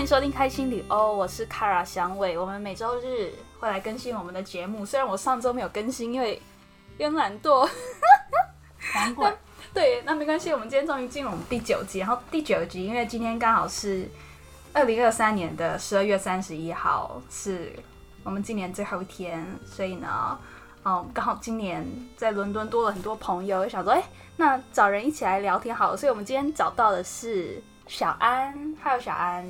迎收听开心旅欧，我是 Kara 香味。我们每周日会来更新我们的节目，虽然我上周没有更新，因为有点懒惰。 难怪。 对，那没关系，我们今天终于进入我们第9集，然后第9集，因为今天刚好是2023年的12月31号，是我们今年最后一天，所以呢，刚好今年在伦敦多了很多朋友，想说，那找人一起来聊天好了，所以我们今天找到的是小安。Hello， 小安。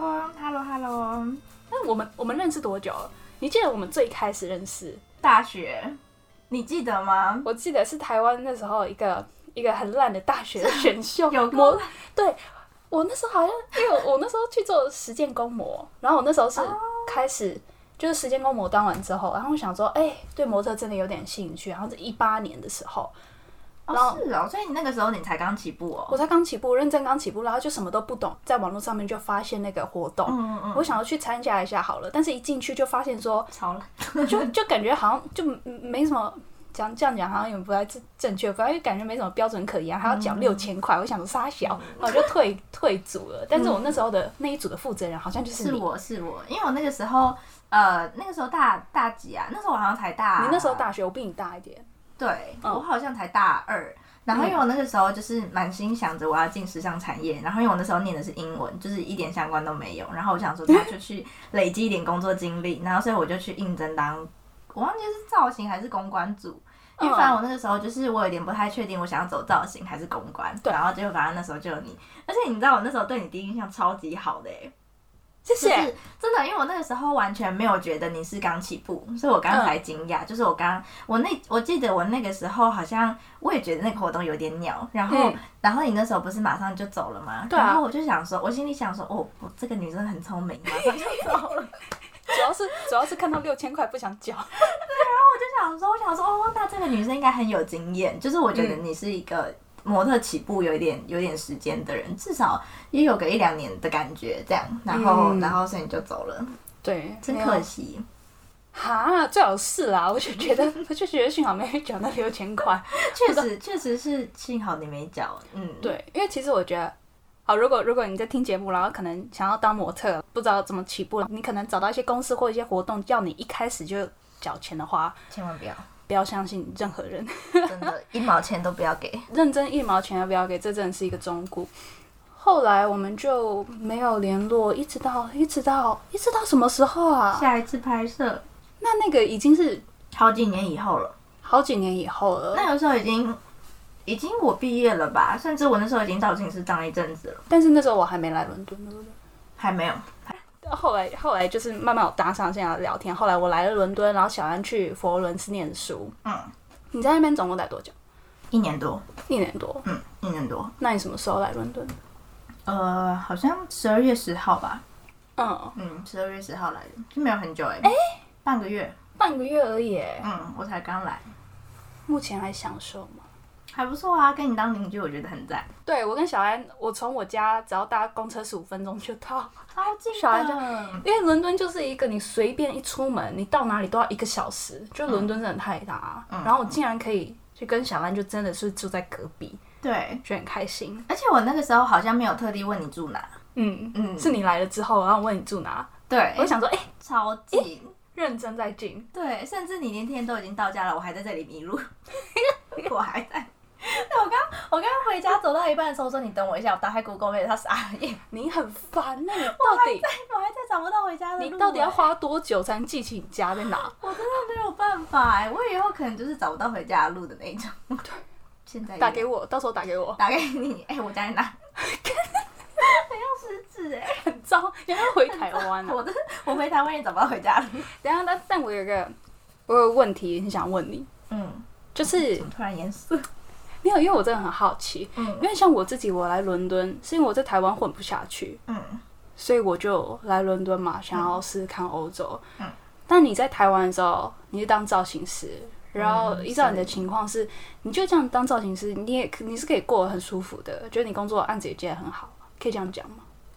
Hello。 那我们认识多久了？你记得我们最开始认识？ 大学，你记得吗？ 我记得是台湾那时候一个很烂的大学的选秀， 有过。 对，我那时候好像，因为我那时候去做实践工模，然后我那时候是开始就是实践工模当完之后，然后我想说，对模特真的有点兴趣，然后是18年的时候。 是哦，所以你那个时候你才刚起步哦。 我才刚起步，认真刚起步，然后就什么都不懂，在网络上面就发现那个活动，我想要去参加一下好了，但是一进去就发现说， 超了， 就感觉好像就没什么。这样讲好像也不太正确，反正感觉没什么标准可言，还要缴6000块，我想说杀小，然后就退组了。但是我那时候的那一组的负责人好像就是你。 是我，因为我那个时候大几啊？那时候我好像才大。 你那时候大学，我比你大一点。 对，我好像才大2。然后因为我那个时候就是满心想着我要进时尚产业，然后因为我那时候念的是英文，就是一点相关都没有。然后我想说，那就去累积一点工作经历，然后所以我就去应征当。我忘记是造型还是公关组，因为反正我那个时候就是我有点不太确定我想要走造型还是公关，对，然后结果反正那时候就有你，而且你知道我那时候对你第一印象超级好的谢谢， 就是真的，因为我那个时候完全没有觉得你是刚起步，所以我刚才惊讶，就是我记得我那个时候好像我也觉得那个活动有点鸟，然后你那时候不是马上就走了吗？对啊，然后我就想说，我心里想说，我这个女生很聪明，马上就走了。 主要是看到6000块不想缴。对，然后我就想说，那这个女生应该很有经验，就是我觉得你是一个模特起步有点时间的人，至少也有个1-2年的感觉这样，然后所以你就走了， 对， 真可惜。 哈，最好是啦，我就觉得幸好没缴那6000块， 确实是幸好你没缴， 对，因为其实我觉得。好，如果你在听节目，然后可能想要当模特，不知道怎么起步，你可能找到一些公司或一些活动，叫你一开始就缴钱的话， 千万不要相信任何人， 真的1毛钱都不要给， 认真1毛钱都不要给，这真的是一个忠告。后来我们就没有联络，一直到什么时候啊？ 下一次拍摄， 那个已经是好几年以后了， 那个时候已经我毕业了吧，甚至我那时候已经到警司当一阵子了。 但是那时候我还没来伦敦，对不对？ 还没有。 后来就是慢慢有搭上现在聊天。后来我来了伦敦，然后小安去佛罗伦斯念书。你在那边总共待多久 ？1年多。 1年多。 1年多。 那你什么时候来伦敦？ 好像12月10号吧。12月10号来的，就没有很久半个月。 半个月而已我才刚来。 目前还享受吗？ 还不错啊，跟你当邻居我觉得很赞。 对，我跟小安，我从我家只要搭公车15分钟就到， 超近的。 小安就因为伦敦就是一个你随便一出门，你到哪里都要1个小时，就伦敦真的太大。然后我竟然可以去跟小安，就真的是住在隔壁， 对， 就很开心。 而且我那个时候好像没有特地问你住哪， 是你来了之后，然后我问你住哪， 对， 我想说， 超近， 认真在近， 对，甚至你那天都已经到家了，我还在这里迷路，我还在。我刚回家走到一半的时候说你等我一下，我打开 Google Map， 他傻眼。 你很烦你到底我还在找不到回家的路。 你到底要花多久才能记起你家在哪？ 我真的没有办法我以后可能就是找不到回家的路的那种。对，现在打给我，到时候打给我。 打给你，我家在哪？很像失智很糟。你要回台湾啊？ 我回台湾也找不到回家的路。 等一下，但我有个问题很想问你，就是突然严肃。 没有，因为我真的很好奇，因为像我自己，我来伦敦是因为我在台湾混不下去，所以我就来伦敦嘛，想要试试看欧洲。但你在台湾的时候，你是当造型师，然后依照你的情况是，你就这样当造型师，你是可以过得很舒服的，觉得你工作案子也接得很好，可以这样讲吗？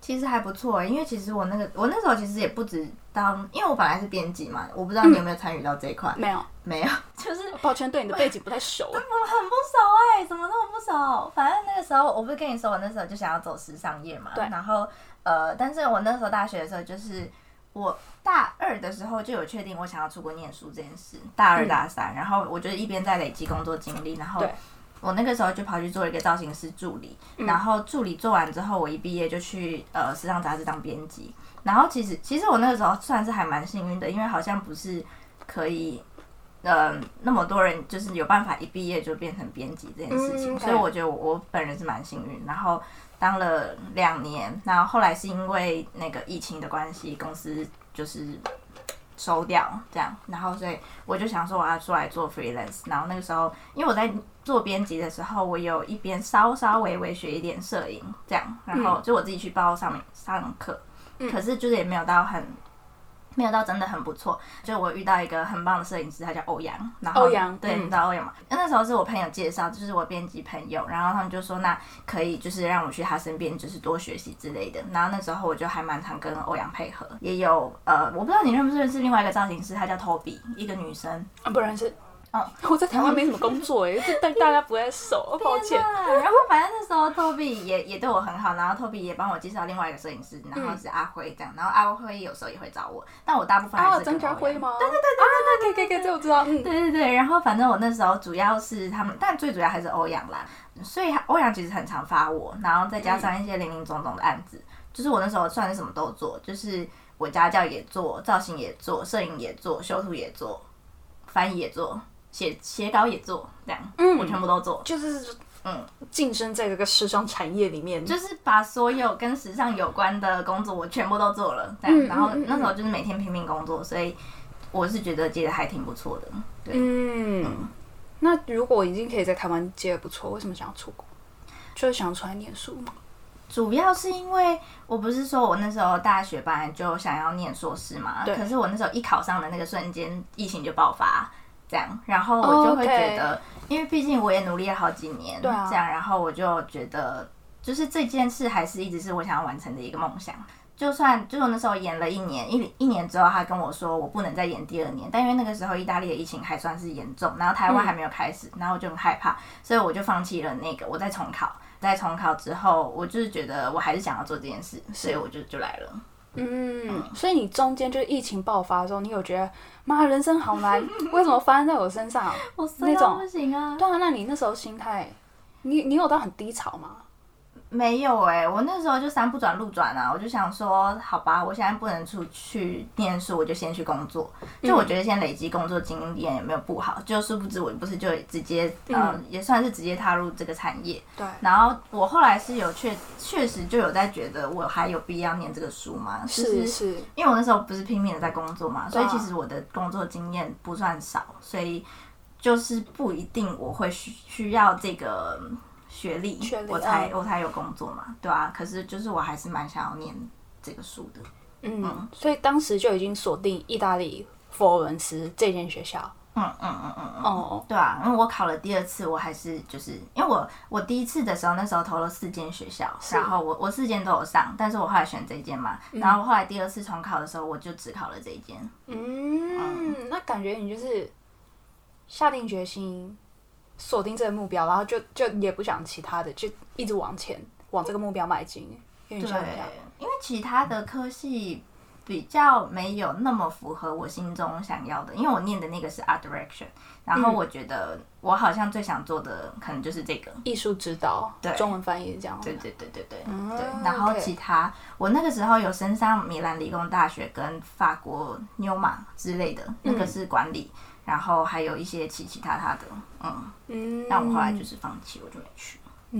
其实还不错因为其实我那时候其实也不止当，因为我本来是编辑嘛，我不知道你有没有参与到这一块。没有，就是抱歉，对你的背景不太熟。 我很不熟怎么那么不熟？反正那个时候我不是跟你说，我那时候就想要走时尚业嘛。 对。 然后但是我那时候大学的时候，就是我大2的时候就有确定我想要出国念书这件事，大2大3，然后我就是一边在累积工作经历，然后我那个时候就跑去做一个造型师助理，然后助理做完之后，我一毕业就去时尚杂志当编辑。然后其实我那个时候算是还蛮幸运的，因为好像不是可以那么多人就是有办法一毕业就变成编辑这件事情，所以我觉得我本人是蛮幸运。然后当了2年，然后后来是因为那个疫情的关系，公司就是收掉这样，然后所以我就想说我要出来做 freelance。然后那个时候因为我在做编辑的时候，我有一边稍微学一点摄影这样，然后就我自己去报上课，可是就是也没有到真的很不错。就我遇到一个很棒的摄影师，他叫欧阳，然后对，你知道欧阳吗？那时候是我朋友介绍，就是我编辑朋友，然后他们就说那可以就是让我去他身边，就是多学习之类的。然后那时候我就还蛮常跟欧阳配合，也有我不知道你认不认识另外一个造型师，她叫 Toby， 一个女生。 不认识。我在台湾没什么工作但大家不太熟，抱歉。 然后反正那时候 Toby 也对我很好，然后 Toby 也帮我介绍另外一个摄影师，然后是阿辉这样，然后阿辉有时候也会找我，但我大部分还是张家辉吗？ 对， 可以，这我知道。 对，然后反正我那时候主要是他们，但最主要还是欧阳啦，所以欧阳其实很常发我，然后再加上一些零零总总的案子，就是我那时候算是什么都做，就是我家教也做，造型也做，摄影也做，修图也做，翻译也做。写稿也做，这样，我全部都做， 就是晋升在这个时尚产业里面， 就是把所有跟时尚有关的工作我全部都做了，这样，然后那时候就是每天拼命工作，所以我是觉得接的还挺不错的，对， 那如果已经可以在台湾接的不错，为什么想要出国？就是想出来念书吗？ 主要是因为我不是说我那时候大学本来就想要念硕士嘛，可是我那时候一考上的那个瞬间，疫情就爆发。这样，然后我就会觉得，因为毕竟我也努力了好几年，这样，然后我就觉得，就是这件事还是一直是我想要完成的一个梦想。就是我那时候演了1年，一年之后，他跟我说我不能再演第2年，但因为那个时候意大利的疫情还算是严重，然后台湾还没有开始，然后我就很害怕，所以我就放弃了那个，我再重考。在重考之后，我就是觉得我还是想要做这件事，所以我就来了。 所以你中间就是疫情爆发的时候，你有觉得妈人生好难，为什么发生在我身上？ 我衰到不行啊！ 对啊，那你那时候心态，你有到很低潮吗？ 没有我那时候就山不转路转啊，我就想说，好吧，我现在不能出去念书，我就先去工作。就我觉得先累积工作经验也没有不好，就殊不知我不是就直接也算是直接踏入这个产业。 对。 然后我后来是有确实就有在觉得我还有必要念这个书吗？ 是， 因为我那时候不是拼命的在工作嘛，所以其实我的工作经验不算少，所以就是不一定我会需要这个。学历我才有工作嘛，对啊，可是就是我还是蛮想要念这个书的。 所以当时就已经锁定意大利佛罗伦斯这间学校。 对啊，因为我考了第2次，我还是就是因为我第1次的时候，那时候投了4间学校，然后我4间都有上，但是我后来选这一间嘛，然后后来第2次重考的时候，我就只考了这一间。 那感觉你就是下定决心。锁定这个目标，然后就也不想其他的，就一直往前往这个目标迈进。对，因为其他的科系比较没有那么符合我心中想要的，因为我念的那个是 Art Direction， 然后我觉得我好像最想做的可能就是这个艺术指导，对，中文翻译是这样。 对。然后其他我那个时候有升上米兰理工大学跟法国纽马之类的，那个是管理。然后还有一些其他的，但我后来就是放弃，我就没去。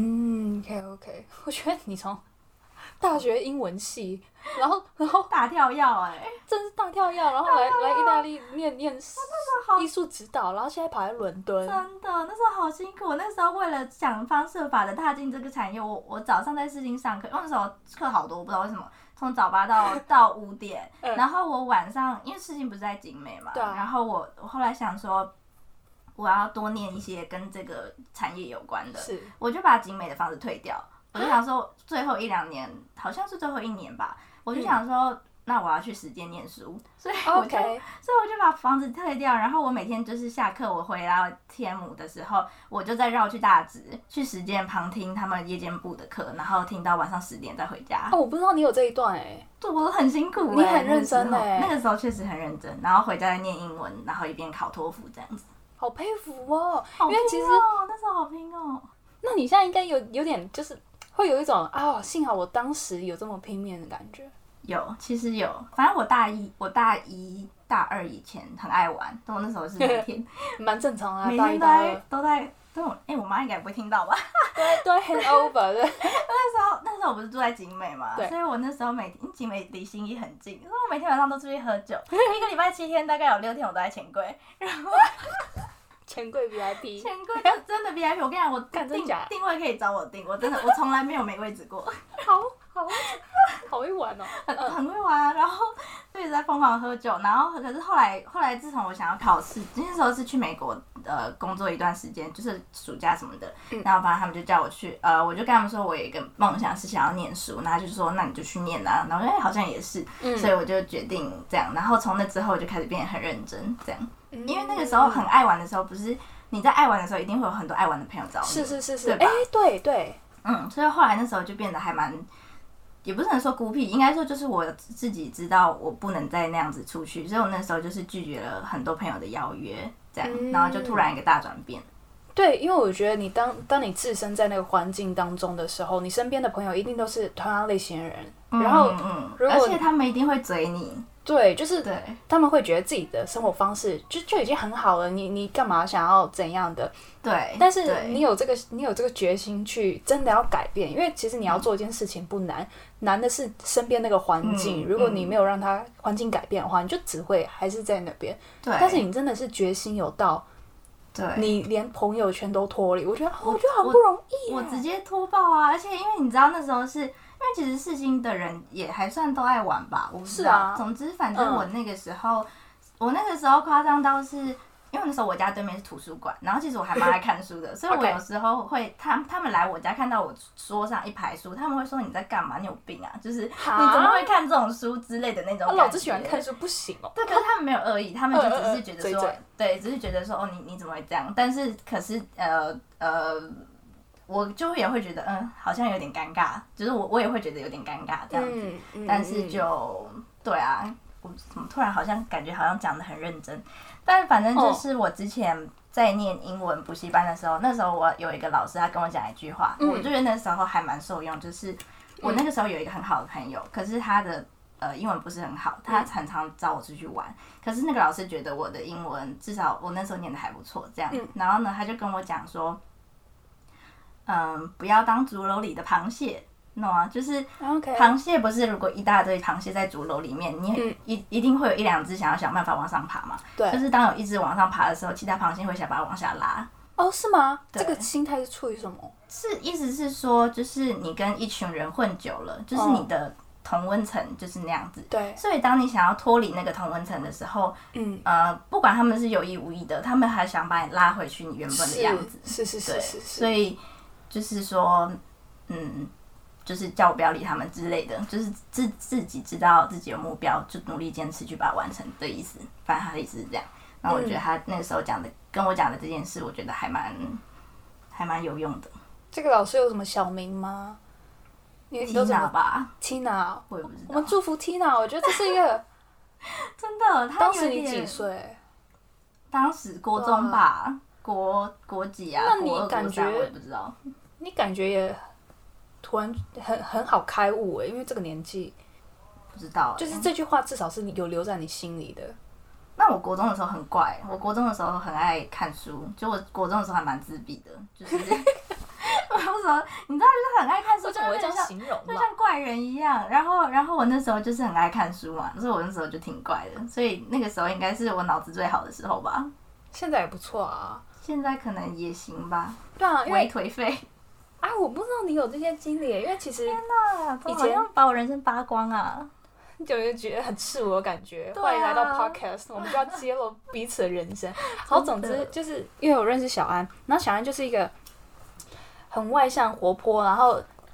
OK， 我觉得你从大学英文系，然后大跳跃真是大跳跃，然后来意大利念艺术指导，然后现在跑来伦敦， 真的那时候好辛苦。我那时候为了想方设法的踏进这个产业，我早上在世新上课，因为那时候课好多，我不知道为什么。从早8到5点，然后我晚上因为事情不是在景美嘛，然后我后来想说，我要多念一些跟这个产业有关的，我就把景美的房子退掉， 我就想说最后1-2年，好像是最后1年吧，我就想说。那我要去实践念书，所以我就把房子退掉，然后我每天就是下课我回到天母的时候，我就再绕去大直去实践旁听他们夜间部的课，然后听到晚上10点再回家。 哦，我不知道你有这一段对，我很辛苦你很认真那个时候确实很认真，然后回家再念英文，然后一边考托福这样子。 好佩服哦， 好拼哦， 因为其实那时候好拼哦。 那你现在应该有点就是会有一种幸好我当时有这么拼命的感觉。 其实有，反正我大一、大二以前很爱玩，但我那时候是每天蛮正常啊， 每天都在，我妈应该也不会听到吧？ 对 hand over 对。 那时候我不是住在景美嘛，所以我那时候景美离信义很近，所以我每天晚上都出去喝酒，一个礼拜7天，大概有6天我都在钱柜，然后。 钱柜 VIP， 钱柜真的 VIP， 我跟你讲，我定位可以找我定，我从来没有没位置过， 好会玩哦， 很会玩啊，然后就一直在疯狂喝酒，然后可是后来自从我想要考试，那时候是去美国工作一段时间，就是暑假什么的，然后反正他们就叫我去，我就跟他们说我有一个梦想是想要念书，然后就说那你就去念啊，然后好像也是，所以我就决定这样，然后从那之后我就开始变得很认真这样。因为那个时候很爱玩的时候，不是你在爱玩的时候，一定会有很多爱玩的朋友找你。 是， 对吧？ 对。 所以后来那时候就变得还蛮，也不是能说孤僻，应该说就是我自己知道我不能再那样子出去，所以我那时候就是拒绝了很多朋友的邀约，这样，然后就突然一个大转变。 对，因为我觉得你当你置身在那个环境当中的时候，你身边的朋友一定都是同样类型的人，然后而且他们一定会追你。 对，就是他们会觉得自己的生活方式就已经很好了，你干嘛想要怎样的？ 对， 但是你有这个决心去真的要改变，因为其实你要做一件事情不难，难的是身边那个环境。如果你没有让它环境改变的话，你就只会还是在那边。对，但是你真的是决心有到。对，你连朋友圈都脱离，我觉得很不容易。 我直接脱爆啊！而且因为你知道那时候是因为其实世新的人也还算都爱玩吧，我不知道。是啊。总之，反正我那个时候夸张到是，因为那时候我家对面是图书馆，然后其实我还蛮爱看书的，所以我有时候会他们来我家看到我桌上一排书，他们会说你在干嘛？你有病啊！就是你怎么会看这种书之类的那种感觉。 老子喜欢看书不行哦。 对，可是他们没有恶意，他们就只是觉得说，对，只是觉得说哦你怎么会这样？但是可是我就也会觉得好像有点尴尬，就是我也会觉得有点尴尬这样子，但是就对啊，我怎么突然好像感觉好像讲得很认真，但反正就是我之前在念英文补习班的时候，那时候我有一个老师他跟我讲一句话，我就觉得那时候还蛮受用，就是我那个时候有一个很好的朋友，可是他的英文不是很好，他常常找我出去玩，可是那个老师觉得我的英文至少我那时候念得还不错这样，然后呢他就跟我讲说不要当竹篓里的螃蟹，懂吗？就是螃蟹不是如果一大堆螃蟹在竹篓里面，你一定会有1-2只想要想办法往上爬嘛。对。就是当有一只往上爬的时候，其他螃蟹会想把它往下拉。 哦，是吗？这个心态是出于什么？ 意思是说，就是你跟一群人混久了，就是你的同温层就是那样子。对。所以当你想要脱离那个同温层的时候，不管他们是有意无意的，他们还想把你拉回去你原本的样子。是。所以。就是说，就是叫我不要理他们之类的，就是自己知道自己有目标，就努力坚持去把它完成的意思。反正他的意思是这样。然后我觉得他那个时候跟我讲的这件事，我觉得还蛮有用的。 这个老师有什么小名吗 ？Tina 吧 ，Tina， 我也不知道。 我们祝福 Tina， 我觉得这是一个真的。 当时你几岁？ 当时国中吧。国几啊？ 那你感觉我也不知道。 你感觉也突然很好开悟因为这个年纪不知道就是这句话至少是有留在你心里的。 那我国中的时候很怪，我国中的时候很爱看书，就我国中的时候还蛮自闭的，就是我那时候你知道就是很爱看书， 怎么会这样形容就像怪人一样。然后我那时候就是很爱看书嘛，所以我那时候就挺怪的，所以那个时候应该是我脑子最好的时候吧。 现在也不错啊。 现在可能也行吧， 对啊，因为颓废。 我不知道你有这些经历，因为其实天哪，以前把我人生扒光啊， 就觉得很赤裸的感觉。欢迎来到 podcast， 我们就要揭露彼此的人生。好，总之就是因为我认识小安，然后小安就是一个很外向、活泼，然后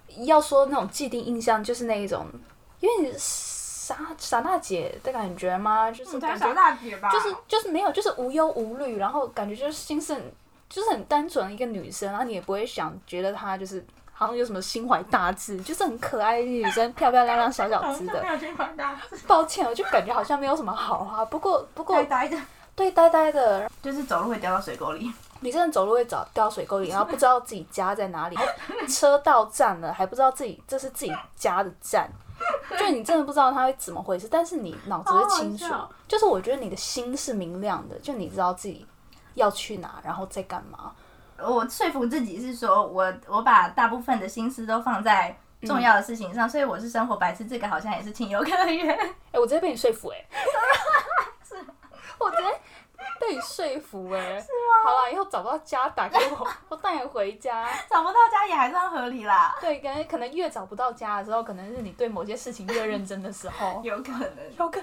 要说那种既定印象，就是那一种有点傻大姐的感觉吗？就是感觉傻大姐吧， 就是没有，就是无忧无虑，然后感觉就是心是就是很单纯的一个女生，然后你也不会觉得她就是好像有什么心怀大志，就是很可爱的女生，漂漂亮亮、小小只的。 没有心怀大志。 抱歉，我就感觉好像没有什么好话。不过呆呆的， 对，呆呆的， 就是走路会掉到水沟里。 你真的走路会掉到水沟里，然后不知道自己家在哪里，车到站了还不知道这是自己家的站，就你真的不知道它会怎么回事，但是你脑子是清楚，就是我觉得你的心是明亮的，就你知道自己要去哪，然后在干嘛。 我说服自己是说我把大部分的心思都放在重要的事情上，所以我是生活白痴，这个好像也是情有可原。 我直接被你说服是，我直接被你说服是吗？好啦，以后找不到家打给我带你回家。 找不到家也还算合理啦。 对，可能越找不到家的时候，可能是你对某些事情越认真的时候。 有可能。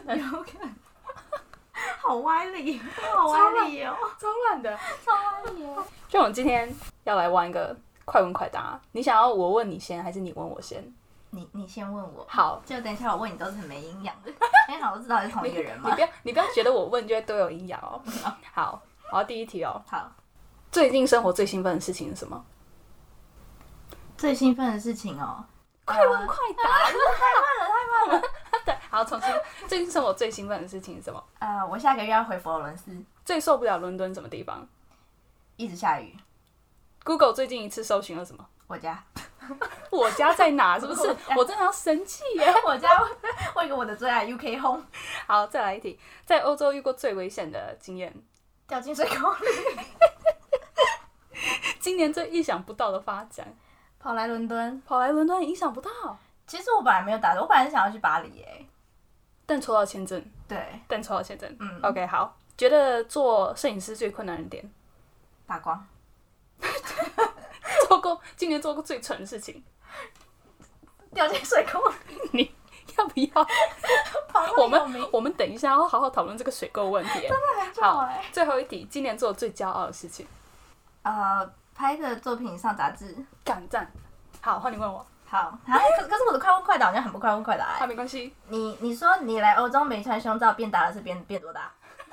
好歪理，好歪理哦， 超烂的， 超歪理哦。 就我们今天要来玩一个快问快答，你想要我问你先，还是你问我先？ 你先问我。 好， 就等一下我问你都是很没营养的，因为好像知道是同一个人嘛。 你不要觉得我问就会都有营养哦。好，我要第一题哦。 好， 最近生活最兴奋的事情是什么？ 最兴奋的事情哦。 快问快答， 太慢了。 对，好，重新。最近生活最兴奋的事情是什么？ 我下个月要回佛罗伦斯。 最受不了伦敦什么地方？ 一直下雨。 Google 最近一次搜寻了什么？ 我家。 我家在哪？是不是？我真的要生气耶！ 我家问一个我的最爱 UK Home。 好，再来一题，在欧洲遇过最危险的经验？ 掉进水沟里。 今年最意想不到的发展？ 跑来伦敦意想不到。 其实我本来没有打的，我本来是想要去巴黎耶， 但抽到签证。 对， 但抽到签证。OK， 好。觉得做摄影师最困难的点？ 打光。 今年做过最蠢的事情？ 掉进水沟里。 你要不要？我们等一下要好好讨论这个水沟问题。 真的很丑好，最后一题，今年做最骄傲的事情？ 拍的作品上杂志。 干赞。好，换你问我。 好，可是我的快问快答好像很不快问快答没关系。 你说你来欧洲没穿胸罩变大了是变多大？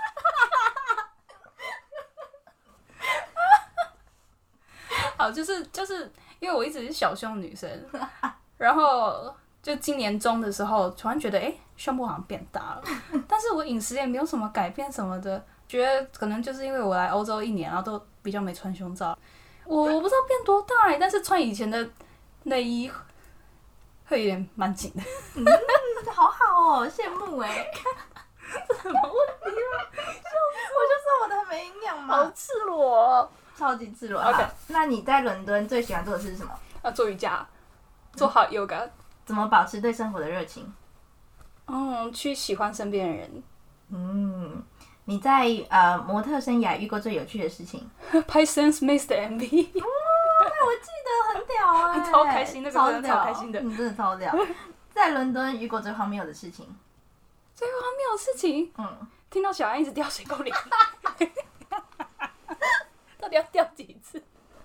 好，就是因为我一直是小胸女生，然后就今年中的时候，突然觉得胸部好像变大了，但是我饮食也没有什么改变什么的，觉得可能就是因为我来欧洲1年，然后都比较没穿胸罩，我不知道变多大但是穿以前的内衣会有点蛮紧的。 好好哦，羡慕什么问题啊？我就说我的很没营养嘛。 好赤裸哦。 超级赤裸。 OK， 那你在伦敦最喜欢做的事是什么？ 做瑜伽，做好 yoga。 怎么保持对生活的热情？ 去喜欢身边的人。 你在模特生涯遇过最有趣的事情？ 拍 Sam Smith 的 MV。 我记得很屌超开心，那个真的超开心的。 你真的超屌。在伦敦遇过最荒谬的事情？ 最荒谬的事情？听到小安一直掉水沟里。到底要掉几次？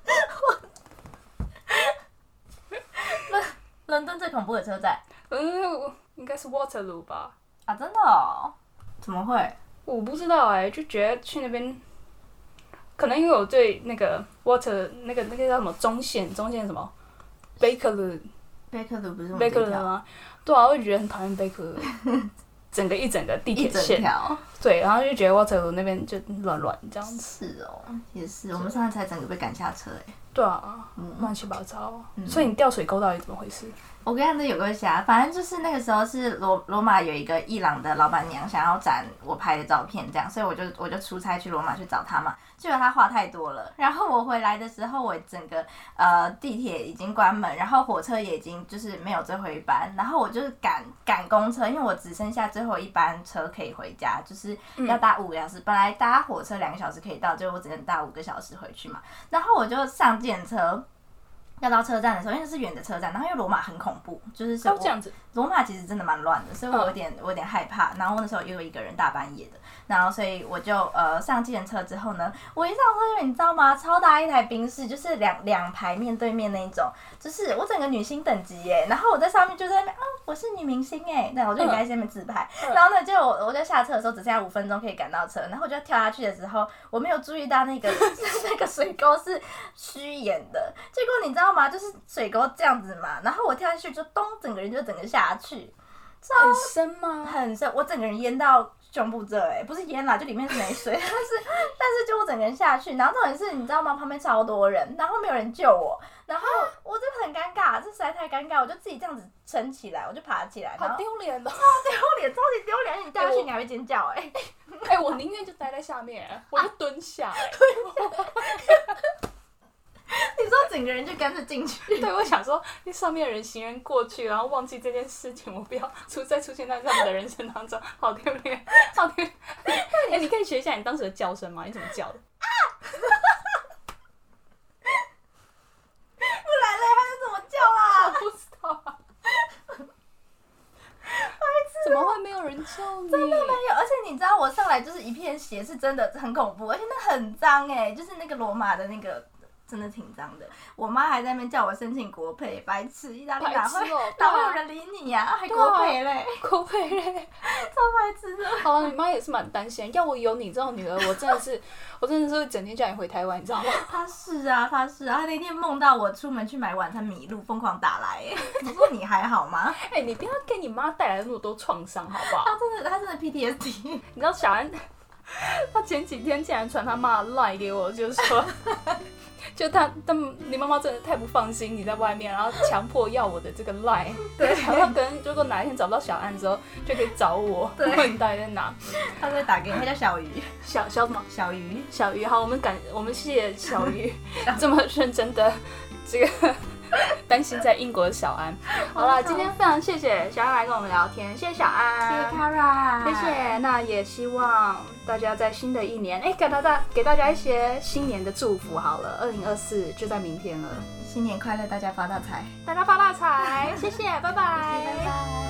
伦敦最恐怖的车站？ 应该是 Waterloo 吧？ 啊，真的哦？怎么会？ 我不知道就觉得去那边，可能因为我对那个 那个叫什么中线什么 Bakerloo 不是 Bakerloo 吗？对啊，我就觉得很讨厌 Bakerloo。一整个地铁线，对，然后就觉得 Waterloo 那边就乱这样子。 是哦，也是，我们上次才整个被赶下车对啊，乱七八糟。所以你掉水沟到底怎么回事？ 我跟你讲，这有个瞎，反正就是那个时候是罗马有一个伊朗的老板娘想要展我拍的照片，这样，所以我就出差去罗马去找她嘛。结果她话太多了，然后我回来的时候，我整个地铁已经关门，然后火车也已经就是没有最后一班，然后我就是赶公车，因为我只剩下最后一班车可以回家，就是要搭5个小时。本来搭火车2个小时可以到，结果我只能搭5个小时回去嘛。然后我就上电车。 要到车站的时候，因为是远的车站，然后因为罗马很恐怖，就是这样子， 罗马其实真的蛮乱的，所以我有点害怕。然后那时候又有一个人大半夜的，然后所以我就上计程车之后呢，我一上车就你知道吗？超大一台宾士，就是两排面对面那一种，就是我整个女星等级耶。然后我在上面就在那边我是女明星哎，那我就应该在那边自拍。然后呢，就我在下车的时候只剩下5分钟可以赶到车，然后我就要跳下去的时候，我没有注意到那个水沟是虚掩的，结果你知道吗？就是水沟这样子嘛，然后我跳下去就咚，整个人就整个下去， 很深吗？ 很深，我整个人淹到胸部这不是淹啦，就里面是没水，但是就我整个人下去，然后重点是你知道吗？旁边超多人，然后没有人救我，然后我就很尴尬，这实在太尴尬，我就自己这样子撑起来，我就爬起来， 好丢脸哦， 超丢脸，超级丢脸，你掉下去你还会尖叫我宁愿就待在下面，我就蹲下你说整个人就跟着进去？ 对，我想说，那上面的人行人过去，然后忘记这件事情，我不要再出现在他们的人生当中，好丢脸，好丢脸。你可以学一下你当时的叫声吗？你怎么叫的？ 不然嘞，还能怎么叫啦？ 我不知道啊。怎么会没有人救你？ 真的没有，而且你知道我上来就是一片血，是真的很恐怖，而且那很脏就是那个罗马的那个。真的挺脏的，我妈还在那边叫我申请国赔，白痴，意大利哪会有人理你呀？还国赔嘞， 国赔嘞， 超白痴的。 好了，你妈也是蛮担心，要我有你这种女儿，我真的是会整天叫你回台湾，你知道吗？ 她是啊，她那天梦到我出门去买晚餐米露，疯狂打来我说你还好吗？ 你不要给你妈带来那么多创伤，好不好？ 她真的 PTSD。 你知道小安，她前几天竟然传她妈的 line 给我，就是说。就你妈妈真的太不放心你在外面，然后强迫要我的这个 line， 对，然后可能如果哪一天找不到小安之后，就可以找我，问你到底在哪。 他会打给你，他叫小鱼， 小什么？ 小鱼， 小鱼。好，我们谢谢小鱼这么认真的这个担心在英国的小安。好了，今天非常谢谢小安来跟我们聊天，谢谢小安， 谢谢 Kara， 谢谢。那也希望大家在新的一年，给大家一些新年的祝福好了。2024就在明天了， 新年快乐，大家发大财， 大家发大财，谢谢，拜拜， 拜拜。